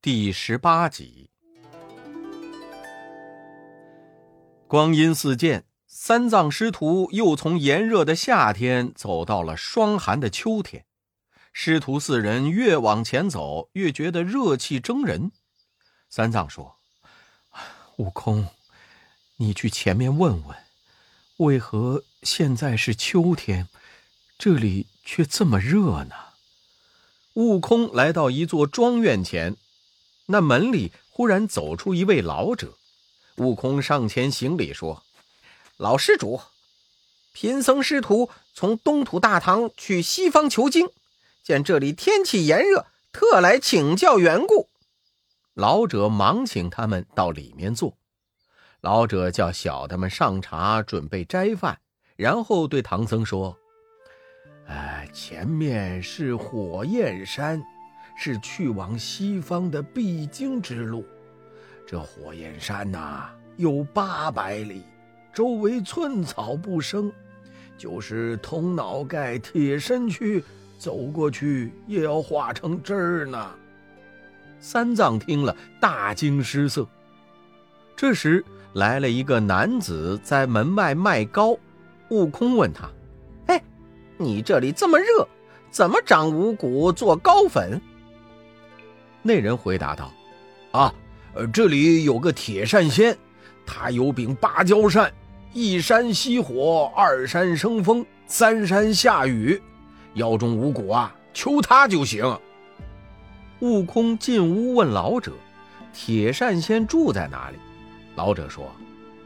第18集。光阴似箭，三藏师徒又从炎热的夏天走到了霜寒的秋天。师徒四人越往前走，越觉得热气蒸人。三藏说：悟空，你去前面问问，为何现在是秋天，这里却这么热呢？悟空来到一座庄院前，那门里忽然走出一位老者。悟空上前行礼说：老施主，贫僧师徒从东土大唐去西方求经，见这里天气炎热，特来请教缘故。老者忙请他们到里面坐。老者叫小的们上茶，准备斋饭，然后对唐僧说：前面是火焰山，是去往西方的必经之路。这火焰山有800里，周围寸草不生，就是铜脑盖铁身躯，走过去也要化成汁儿呢。三藏听了大惊失色。这时来了一个男子在门外卖糕。悟空问他：你这里这么热，怎么长五谷做糕粉？那人回答道：这里有个铁扇仙，他有柄芭蕉扇，一扇熄火，二扇生风，三扇下雨，要种五谷求他就行。悟空进屋问老者：铁扇仙住在哪里？老者说：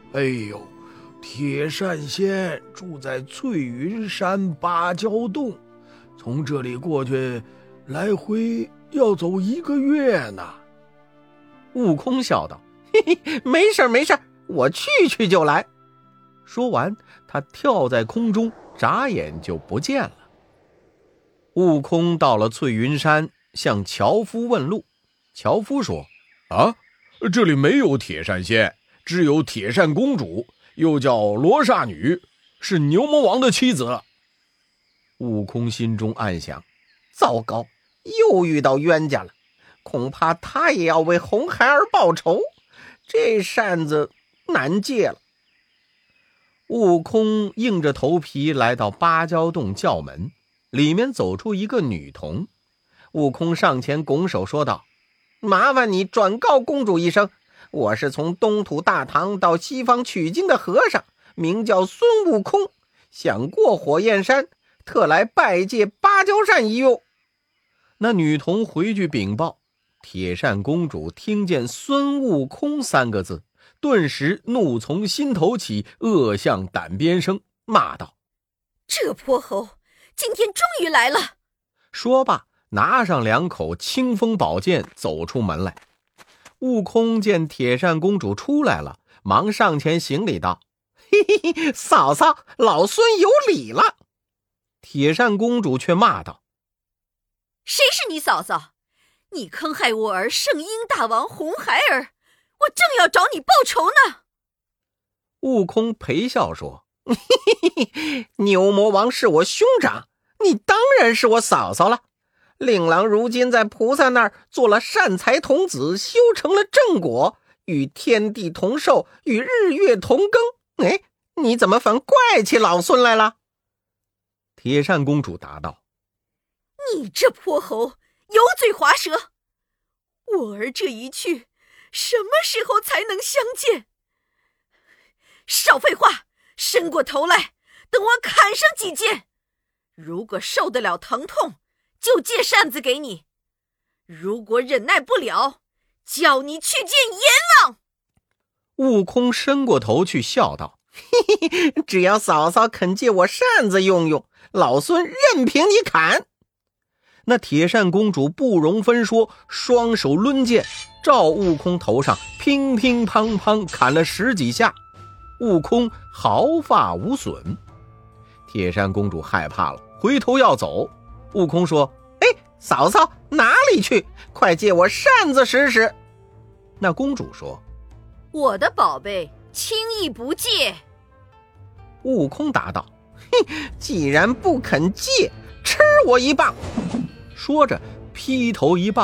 铁扇仙住在翠云山芭蕉洞，从这里过去来回要走1个月呢。悟空笑道：没事没事，我去就来。说完，他跳在空中，眨眼就不见了。悟空到了翠云山，向樵夫问路。樵夫说：这里没有铁扇仙，只有铁扇公主，又叫罗刹女，是牛魔王的妻子。悟空心中暗想：糟糕，又遇到冤家了，恐怕他也要为红孩儿报仇，这扇子难借了。悟空硬着头皮来到芭蕉洞叫门，里面走出一个女童。悟空上前拱手说道：麻烦你转告公主一声，我是从东土大唐到西方取经的和尚，名叫孙悟空，想过火焰山，特来拜借芭蕉扇一用。那女童回去禀报。铁扇公主听见孙悟空3个字，顿时怒从心头起，恶向胆边生，骂道： 这泼猴今天终于来了。 说罢拿上2口清风宝剑走出门来。悟空见铁扇公主出来了，忙上前行礼道：嫂嫂，老孙有礼了。铁扇公主却骂道： 谁是你嫂嫂？你坑害我儿圣婴大王红孩儿，我正要找你报仇呢。 悟空陪笑说：牛魔王是我兄长，你当然是我嫂嫂了。令郎如今在菩萨那儿做了善财童子，修成了正果，与天地同寿，与日月同庚。你怎么反怪起老孙来了？铁扇公主答道： 你这泼猴，油嘴滑舌，我儿这一去，什么时候才能相见？少废话，伸过头来，等我砍上几剑。如果受得了疼痛，就借扇子给你；如果忍耐不了，叫你去见阎王。 悟空伸过头去笑道：只要嫂嫂肯借我扇子用用，老孙任凭你砍。那铁扇公主不容分说，双手抡剑，照悟空头上乒乒乓乓砍了10几下。悟空毫发无损。铁扇公主害怕了，回头要走。悟空说：嫂嫂哪里去？快借我扇子使使。那公主说： 我的宝贝轻易不借。 悟空答道：既然不肯借，吃我一棒。说着劈头一棒，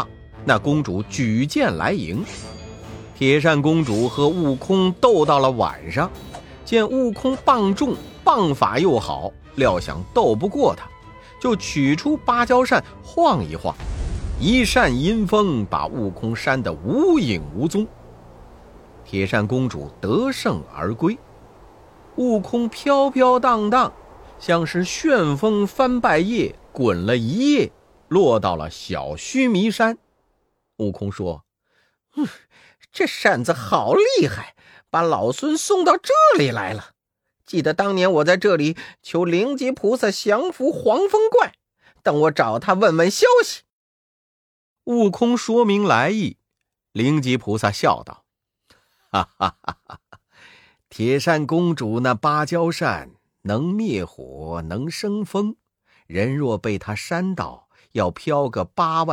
那公主举剑来迎。铁扇公主和悟空斗到了晚上，见悟空棒重，棒法又好，料想斗不过他，就取出芭蕉扇晃一晃，一扇阴风把悟空扇得无影无踪。铁扇公主得胜而归，悟空飘飘荡荡，像是旋风翻败叶，滚了一夜，落到了小须弥山。悟空说：这扇子好厉害，把老孙送到这里来了。记得当年我在这里求灵吉菩萨降服黄风怪，等我找他问问消息。悟空说明来意，灵吉菩萨笑道：哈哈哈哈，铁扇公主那芭蕉扇能灭火，能生风，人若被她扇到，要飘个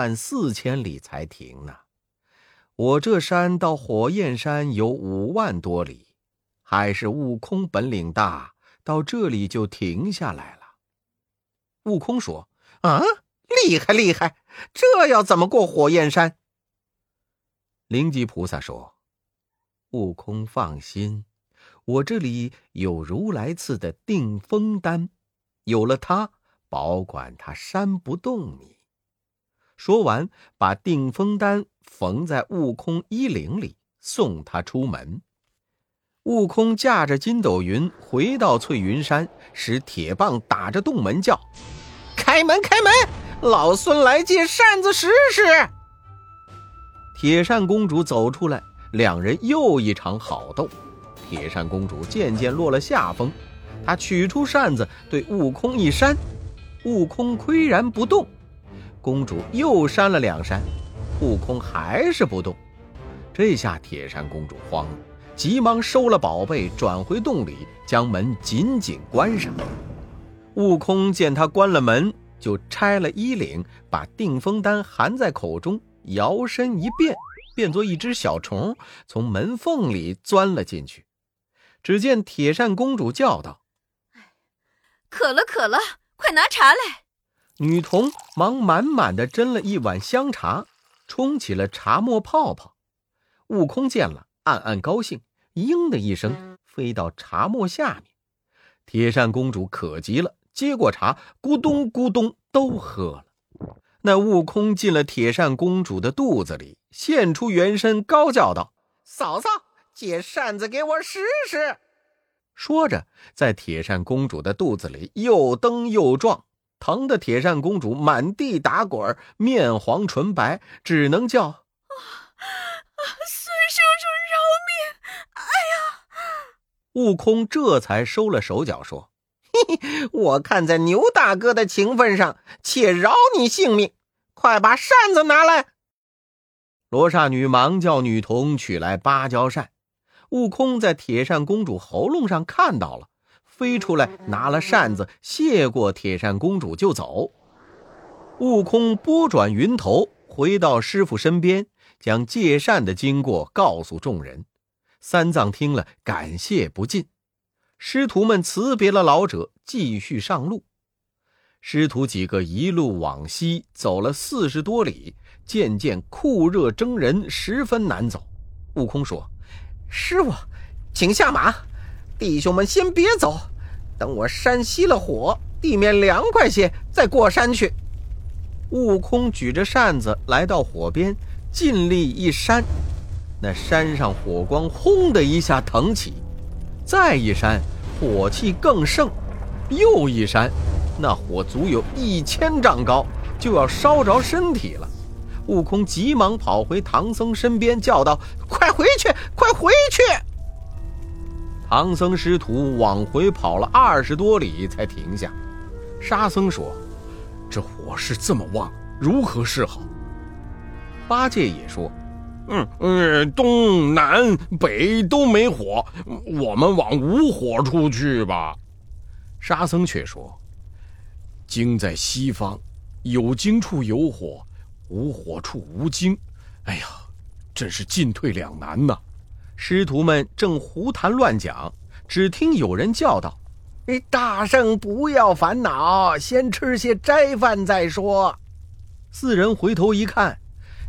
84000里才停呢。我这山到火焰山有5万多里，还是悟空本领大，到这里就停下来了。悟空说：厉害厉害，这要怎么过火焰山？灵吉菩萨说：悟空放心，我这里有如来赐的定风丹，有了它，保管它扇不动你。说完，把定风丹缝在悟空衣领里，送他出门。悟空驾着筋斗云回到翠云山，使铁棒打着洞门叫：开门开门，老孙来借扇子试试。铁扇公主走出来，两人又一场好斗。铁扇公主渐渐落了下风，她取出扇子对悟空一扇，悟空岿然不动。公主又扇了2扇，悟空还是不动。这下铁扇公主慌了，急忙收了宝贝，转回洞里，将门紧紧关上。悟空见他关了门，就拆了衣领，把定风丹含在口中，摇身一变，变作一只小虫，从门缝里钻了进去。只见铁扇公主叫道： 渴了渴了，快拿茶来。 女童忙满满的斟了一碗香茶，冲起了茶沫泡泡。悟空见了，暗暗高兴，嘤的一声飞到茶沫下面。铁扇公主渴极了，接过茶，咕咚咕咚都喝了。那悟空进了铁扇公主的肚子里，现出原身，高叫道：嫂嫂，借扇子给我试试。说着，在铁扇公主的肚子里又蹬又撞，疼得铁扇公主满地打滚，面黄唇白，只能叫： 孙叔叔饶命！哎呀！ 悟空这才收了手脚，说：嘿嘿，我看在牛大哥的情分上，且饶你性命，快把扇子拿来。罗刹女忙叫女童取来芭蕉扇，悟空在铁扇公主喉咙上看到了，飞出来拿了扇子，谢过铁扇公主就走。悟空拨转云头，回到师傅身边，将借扇的经过告诉众人。三藏听了，感谢不尽。师徒们辞别了老者，继续上路。师徒几个一路往西，走了40多里，渐渐酷热蒸人，十分难走。悟空说：师傅，请下马，弟兄们先别走，等我山熄了火，地面凉快些，再过山去。悟空举着扇子来到火边，尽力一扇，那山上火光轰的一下腾起，再一扇，火气更盛，又一扇，那火足有1000丈高，就要烧着身体了。悟空急忙跑回唐僧身边，叫道：快回去，快回去！唐僧师徒往回跑了20多里才停下。沙僧说：这火势这么旺，如何是好？八戒也说：东南北都没火，我们往无火处去吧。沙僧却说：经在西方，有经处有火，无火处无经，哎呀，真是进退两难呐。师徒们正胡谈乱讲，只听有人叫道：大圣不要烦恼，先吃些斋饭再说。4人回头一看，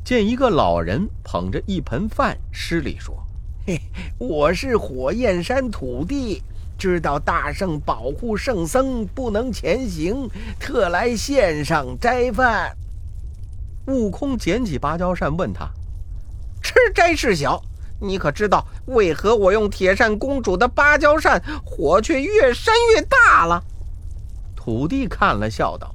见一个老人捧着一盆饭，施礼说：“ 我是火焰山土地，知道大圣保护圣僧不能前行，特来献上斋饭。” 悟空捡起芭蕉扇问他：“ 吃斋事小，你可知道为何我用铁扇公主的芭蕉扇，火却越扇越大了？” 土地看了，笑道：“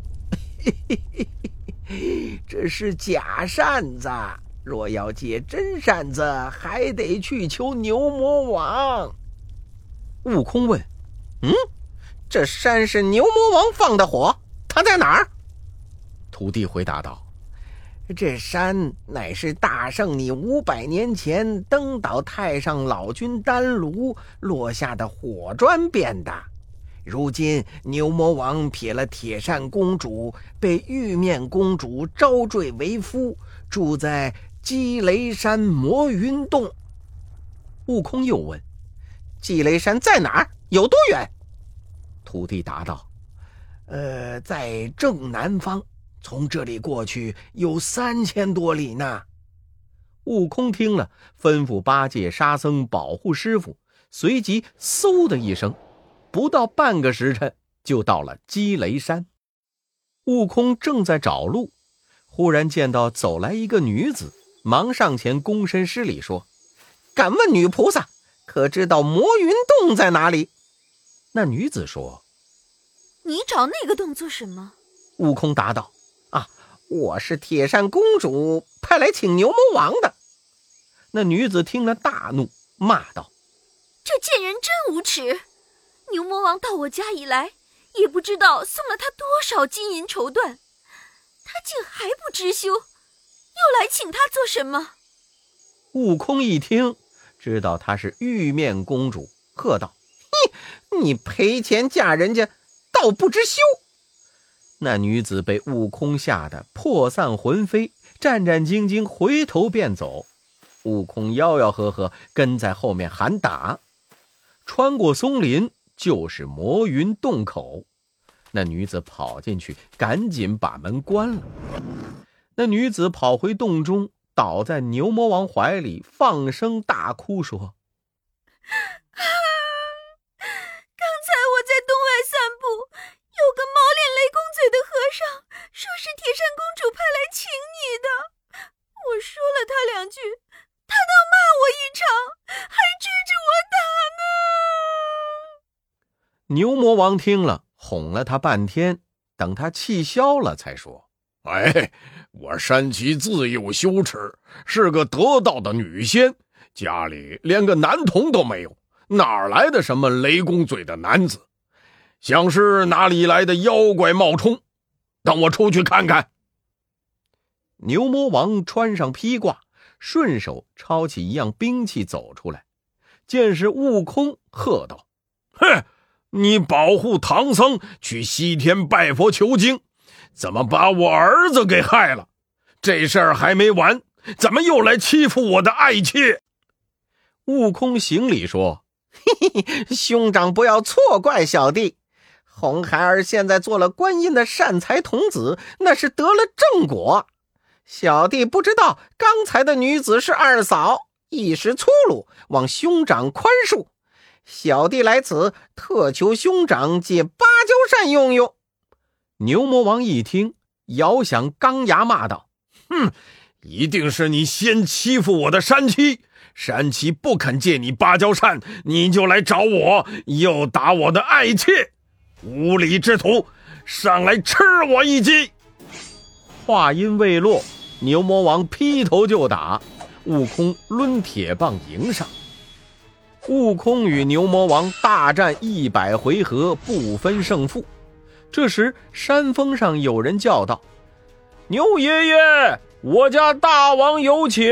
这是假扇子，若要借真扇子，还得去求牛魔王。” 悟空问：“ 这扇是牛魔王放的火，他在哪儿？” 土地回答道：“ 这山乃是大圣你500年前登岛太上老君丹炉落下的火砖变的。如今牛魔王撇了铁扇公主，被玉面公主招赘为夫，住在积雷山魔云洞。” 悟空又问：“ 积雷山在哪儿？有多远？” 土地答道：“ 在正南方，从这里过去有3000多里呢。” 悟空听了，吩咐八戒、沙僧保护师傅，随即嗖的一声，不到半个时辰就到了积雷山。悟空正在找路，忽然见到走来一个女子，忙上前躬身施礼说：“ 敢问女菩萨，可知道魔云洞在哪里？” 那女子说：“ 你找那个洞做什么？” 悟空答道：“我是铁扇公主派来请牛魔王的。” 那女子听了大怒，骂道：“ 这贱人真无耻！牛魔王到我家以来，也不知道送了他多少金银绸缎，他竟还不知羞，又来请他做什么？” 悟空一听，知道她是玉面公主，喝道：“ 你赔钱嫁人家，倒不知羞！” 那女子被悟空吓得魄散魂飞，战战兢兢回头便走。悟空吆吆喝喝跟在后面喊打。穿过松林就是魔云洞口，那女子跑进去，赶紧把门关了。那女子跑回洞中，倒在牛魔王怀里，放声大哭说：“ 刚才我在洞外散步，有个毛脸雷公嘴的和尚，说是铁扇公主派来请你的。我说了他2句，他倒骂我一场，还追着我打呢。” 牛魔王听了，哄了他半天，等他气消了，才说：“ 我山崎自幼羞耻，是个得道的女仙，家里连个男童都没有，哪来的什么雷公嘴的男子？像是哪里来的妖怪冒充？等我出去看看。” 牛魔王穿上披挂，顺手抄起一样兵器走出来，见是悟空，喝道：“ 你保护唐僧去西天拜佛求经，怎么把我儿子给害了？这事儿还没完，怎么又来欺负我的爱妾？” 悟空行礼说：“ 兄长不要错怪小弟，红孩儿现在做了观音的善财童子，那是得了正果。小弟不知道刚才的女子是二嫂，一时粗鲁，望兄长宽恕。小弟来此特求兄长借芭蕉扇用用。” 牛魔王一听，摇响钢牙骂道：“ 一定是你先欺负我的山妻，山妻不肯借你芭蕉扇，你就来找我，又打我的爱妾，无礼之徒，上来吃我一击！” 话音未落，牛魔王劈头就打，悟空抡铁棒迎上。悟空与牛魔王大战100回合，不分胜负。这时山峰上有人叫道：“牛爷爷，我家大王有请！”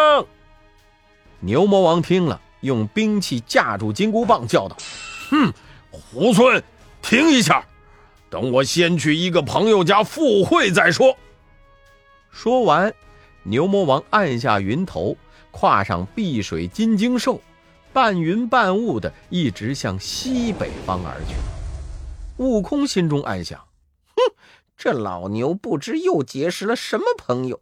牛魔王听了，用兵器架住金箍棒，叫道：“ 猢狲，停一下，等我先去一个朋友家赴会再说。” 说完，牛魔王按下云头，跨上碧水金睛兽，半云半雾的一直向西北方而去。悟空心中暗想： 这老牛不知又结识了什么朋友，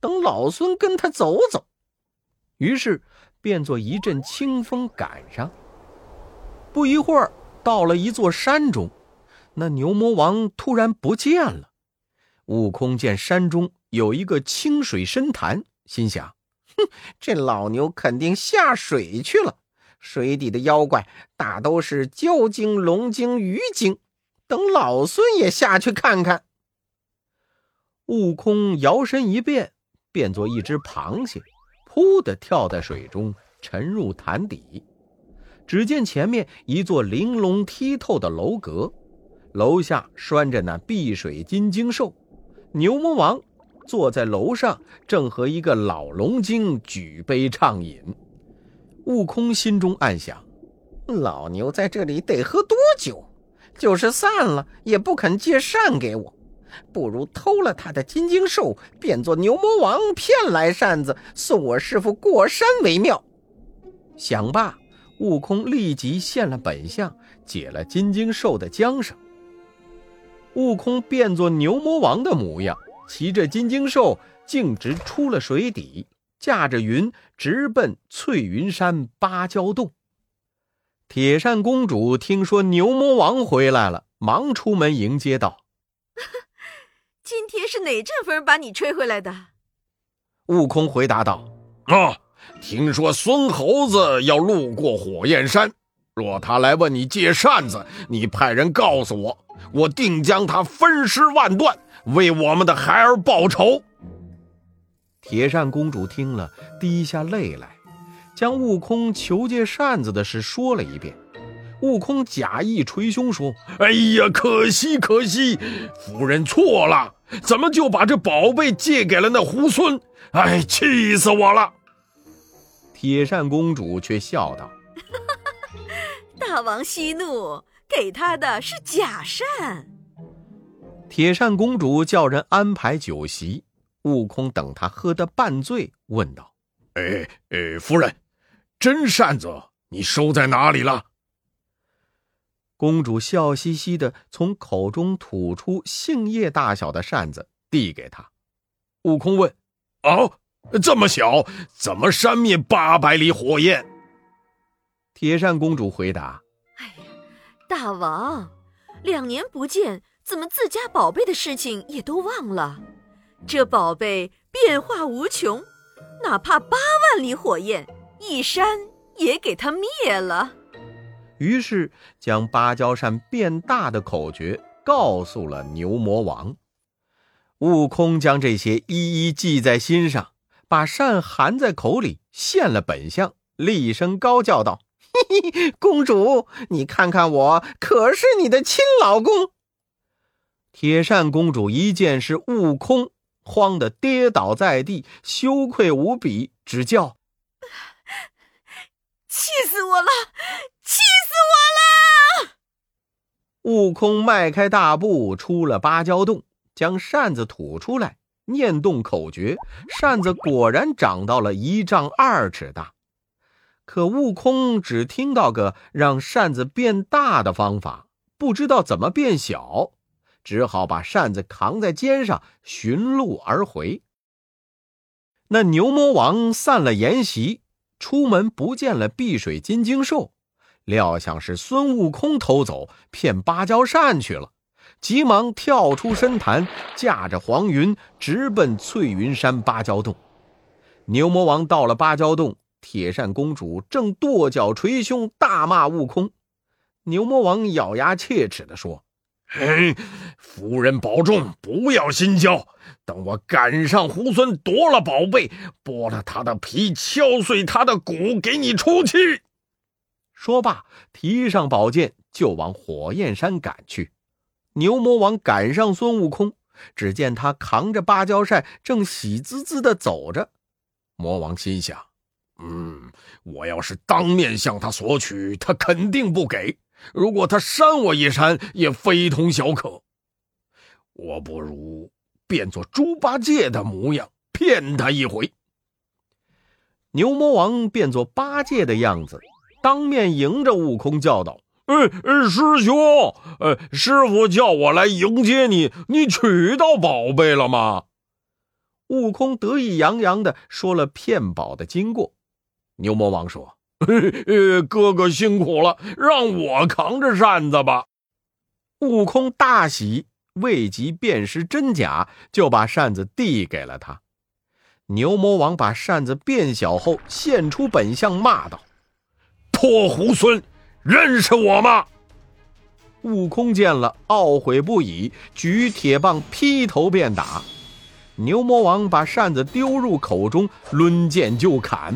等老孙跟他走走。于是变作一阵清风赶上。不一会儿，到了一座山中，那牛魔王突然不见了。悟空见山中有一个清水深潭，心想，这老牛肯定下水去了。水底的妖怪大都是蛟精、龙精、鱼精，等老孙也下去看看。悟空摇身一变，变作一只螃蟹，扑地跳在水中，沉入潭底。只见前面一座玲珑剔透的楼阁，楼下拴着那碧水金睛兽，牛魔王坐在楼上，正和一个老龙精举杯畅饮。悟空心中暗想，老牛在这里得喝多久？就是散了也不肯借扇给我，不如偷了他的金睛兽，变作牛魔王骗来扇子，送我师父过山为妙。想罢，悟空立即现了本相，解了金睛兽的缰绳。悟空变作牛魔王的模样，骑着金睛兽径直出了水底，驾着云直奔翠云山芭蕉洞。铁扇公主听说牛魔王回来了，忙出门迎接道： 今天是哪阵风把你吹回来的？ 悟空回答道： 听说孙猴子要路过火焰山，若他来问你借扇子，你派人告诉我，我定将他分尸万段，为我们的孩儿报仇。 铁扇公主听了，滴下泪来，将悟空求借扇子的事说了一遍。悟空假意捶胸说： 哎呀，可惜可惜，夫人错了，怎么就把这宝贝借给了那猢狲？哎，气死我了。 铁扇公主却笑道： 大王息怒，给他的是假扇。 铁扇公主叫人安排酒席，悟空等他喝得半醉，问道： 夫人，真扇子你收在哪里了？ 公主笑嘻嘻地从口中吐出杏叶大小的扇子，递给他。 悟空问：这么小，怎么扇灭800里火焰？ 铁扇公主回答： 大王，2年不见，怎么自家宝贝的事情也都忘了？这宝贝变化无穷，哪怕8万里火焰，一扇也给它灭了。 于是将芭蕉扇变大的口诀告诉了牛魔王。悟空将这些一一记在心上，把扇含在口里，现了本相，厉声高叫道：嘿嘿，公主，你看看我可是你的亲老公。铁扇公主一见是悟空，慌得跌倒在地，羞愧无比，只叫： 气死我了，气死我了！ 悟空迈开大步出了芭蕉洞，将扇子吐出来，念动口诀，扇子果然长到了1丈2尺大。可悟空只听到个让扇子变大的方法，不知道怎么变小，只好把扇子扛在肩上，寻路而回。那牛魔王散了筵席，出门不见了碧水金睛兽，料想是孙悟空偷走，骗芭蕉扇去了，急忙跳出深潭，驾着黄云直奔翠云山芭蕉洞。牛魔王到了芭蕉洞，铁扇公主正跺脚捶胸，大骂悟空。牛魔王咬牙切齿地说： 夫人保重，不要心焦，等我赶上猢狲夺了宝贝，剥了他的皮，敲碎他的骨，给你出气。 说罢，提上宝剑就往火焰山赶去。牛魔王赶上孙悟空，只见他扛着芭蕉扇，正喜滋滋地走着。 魔王心想：我要是当面向他索取，他肯定不给，如果他扇我一扇，也非同小可。我不如变作猪八戒的模样，骗他一回。 牛魔王变作八戒的样子，当面迎着悟空叫道：师兄，师父叫我来迎接你，你取到宝贝了吗？ 悟空得意洋洋地说了骗宝的经过。牛魔王说： 哥哥辛苦了，让我扛着扇子吧。 悟空大喜，未及辨识真假，就把扇子递给了他。牛魔王把扇子变小后，现出本相，骂道： 破猢狲，认识我吗？ 悟空见了，懊悔不已，举铁棒劈头便打。牛魔王把扇子丢入口中，抡剑就砍。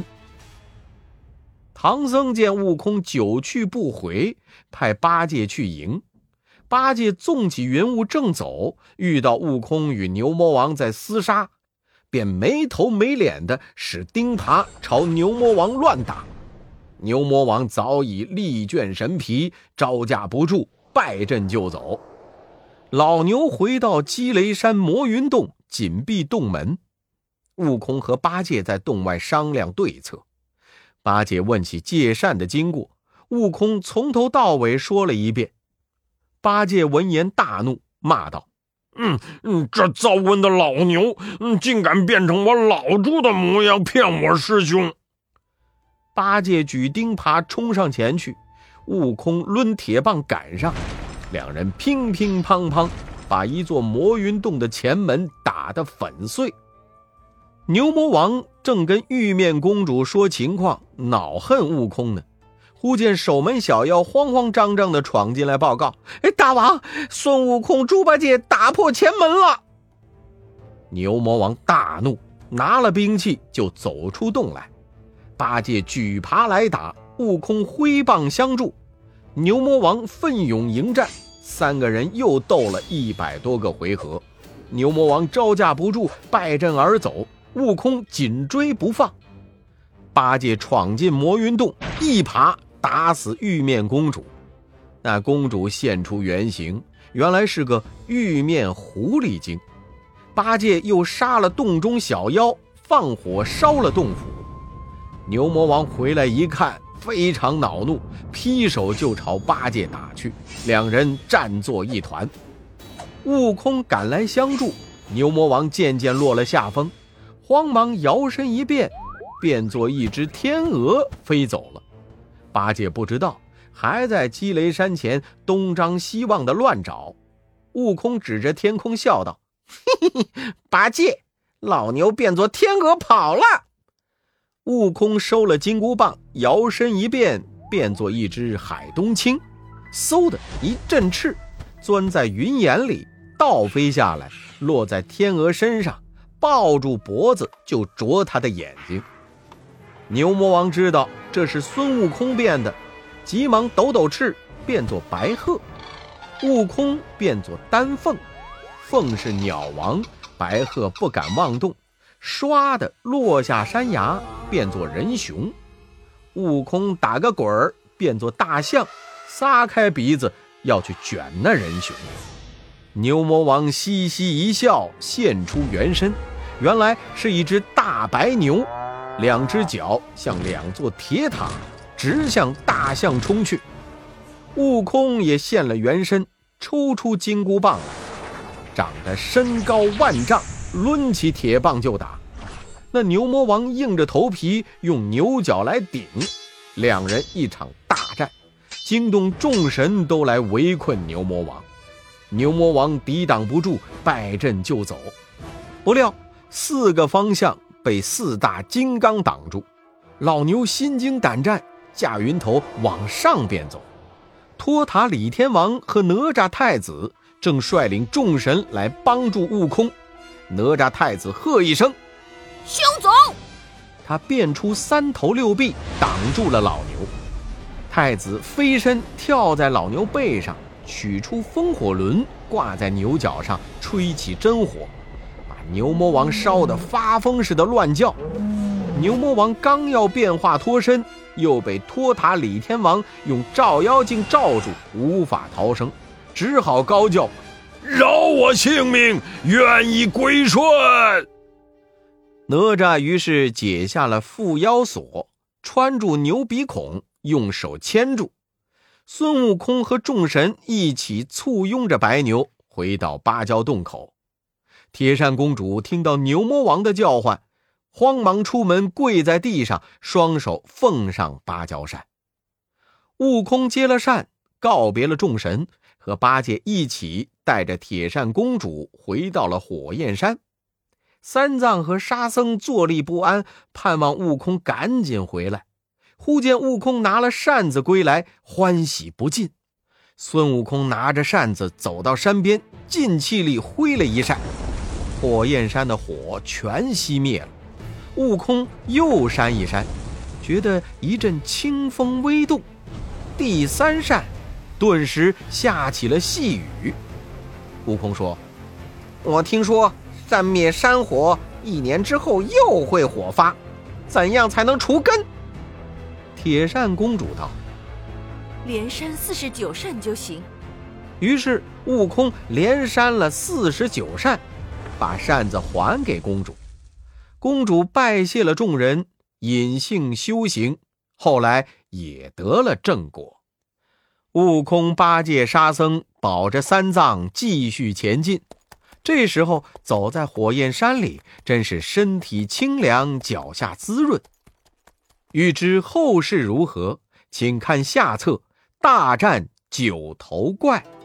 唐僧见悟空久去不回，派八戒去迎。八戒纵起云雾正走，遇到悟空与牛魔王在厮杀，便没头没脸的使钉耙朝牛魔王乱打。牛魔王早已力倦神疲，招架不住，败阵就走。老牛回到积雷山魔云洞，紧闭洞门。悟空和八戒在洞外商量对策。八戒问起借扇的经过，悟空从头到尾说了一遍。八戒闻言大怒，骂道： 这造瘟的老牛，竟敢变成我老猪的模样骗我师兄。 八戒举钉耙冲上前去，悟空抡铁棒赶上，两人乒乒乓乓，把一座魔云洞的前门打得粉碎。牛魔王正跟玉面公主说情况，恼恨悟空呢，忽见守门小妖慌慌张张地闯进来报告：大王，孙悟空、猪八戒打破前门了。牛魔王大怒，拿了兵器就走出洞来。八戒举耙来打，悟空挥棒相助，牛魔王奋勇迎战，三个人又斗了100多个回合。牛魔王招架不住，败阵而走，悟空紧追不放。八戒闯进魔云洞，一耙打死玉面公主。那公主现出原形，原来是个玉面狐狸精。八戒又杀了洞中小妖，放火烧了洞府。牛魔王回来一看，非常恼怒，劈手就朝八戒打去，两人战作一团。悟空赶来相助，牛魔王渐渐落了下风，慌忙摇身一变，变作一只天鹅飞走了。八戒不知道，还在积雷山前东张西望的乱找。悟空指着天空笑道：嘿嘿，八戒，老牛变作天鹅跑了。悟空收了金箍棒，摇身一变，变作一只海东青，嗖的一振翅，钻在云眼里，倒飞下来，落在天鹅身上，抱住脖子就啄他的眼睛。牛魔王知道这是孙悟空变的，急忙抖抖翅，变作白鹤。悟空变作丹凤，凤是鸟王，白鹤不敢妄动，唰的落下山崖，变作人熊。悟空打个滚儿，变作大象，撒开鼻子要去卷那人熊。牛魔王嘻嘻一笑，现出原身，原来是一只大白牛，两只脚像两座铁塔，直向大象冲去。悟空也现了原身，抽出金箍棒来，长得身高万丈，抡起铁棒就打。那牛魔王硬着头皮用牛角来顶，两人一场大战，惊动众神都来围困牛魔王。牛魔王抵挡不住，败阵就走。不料4个方向被4大金刚挡住，老牛心惊胆战，驾云头往上便走。托塔李天王和哪吒太子正率领众神来帮助悟空。哪吒太子喝一声： 休走！ 他变出3头6臂，挡住了老牛。太子飞身跳在老牛背上，取出风火轮挂在牛角上，吹起真火，把牛魔王烧得发疯似的乱叫。牛魔王刚要变化脱身，又被托塔李天王用照妖镜罩住，无法逃生，只好高叫： 饶我性命，愿意归顺。 哪吒于是解下了缚妖锁，穿住牛鼻孔，用手牵住。孙悟空和众神一起簇拥着白牛回到芭蕉洞口。 铁扇公主听到牛魔王的叫唤，慌忙出门，跪在地上，双手奉上芭蕉扇。悟空接了扇，告别了众神，和八戒一起带着铁扇公主回到了火焰山。三藏和沙僧坐立不安，盼望悟空赶紧回来。忽见悟空拿了扇子归来，欢喜不尽。孙悟空拿着扇子走到山边，劲气力挥了一扇，火焰山的火全熄灭了。悟空又扇一扇，觉得一阵清风微动，第三扇顿时下起了细雨。悟空说： 我听说扇灭山火1年之后又会火发，怎样才能除根？ 铁扇公主道： 连扇49扇就行。 于是悟空连扇了49扇，把扇子还给公主。公主拜谢了众人，隐性修行，后来也得了正果。悟空、八戒、沙僧保着三藏继续前进。这时候走在火焰山里，真是身体清凉，脚下滋润。欲知后事如何，请看下册《大战9头怪》。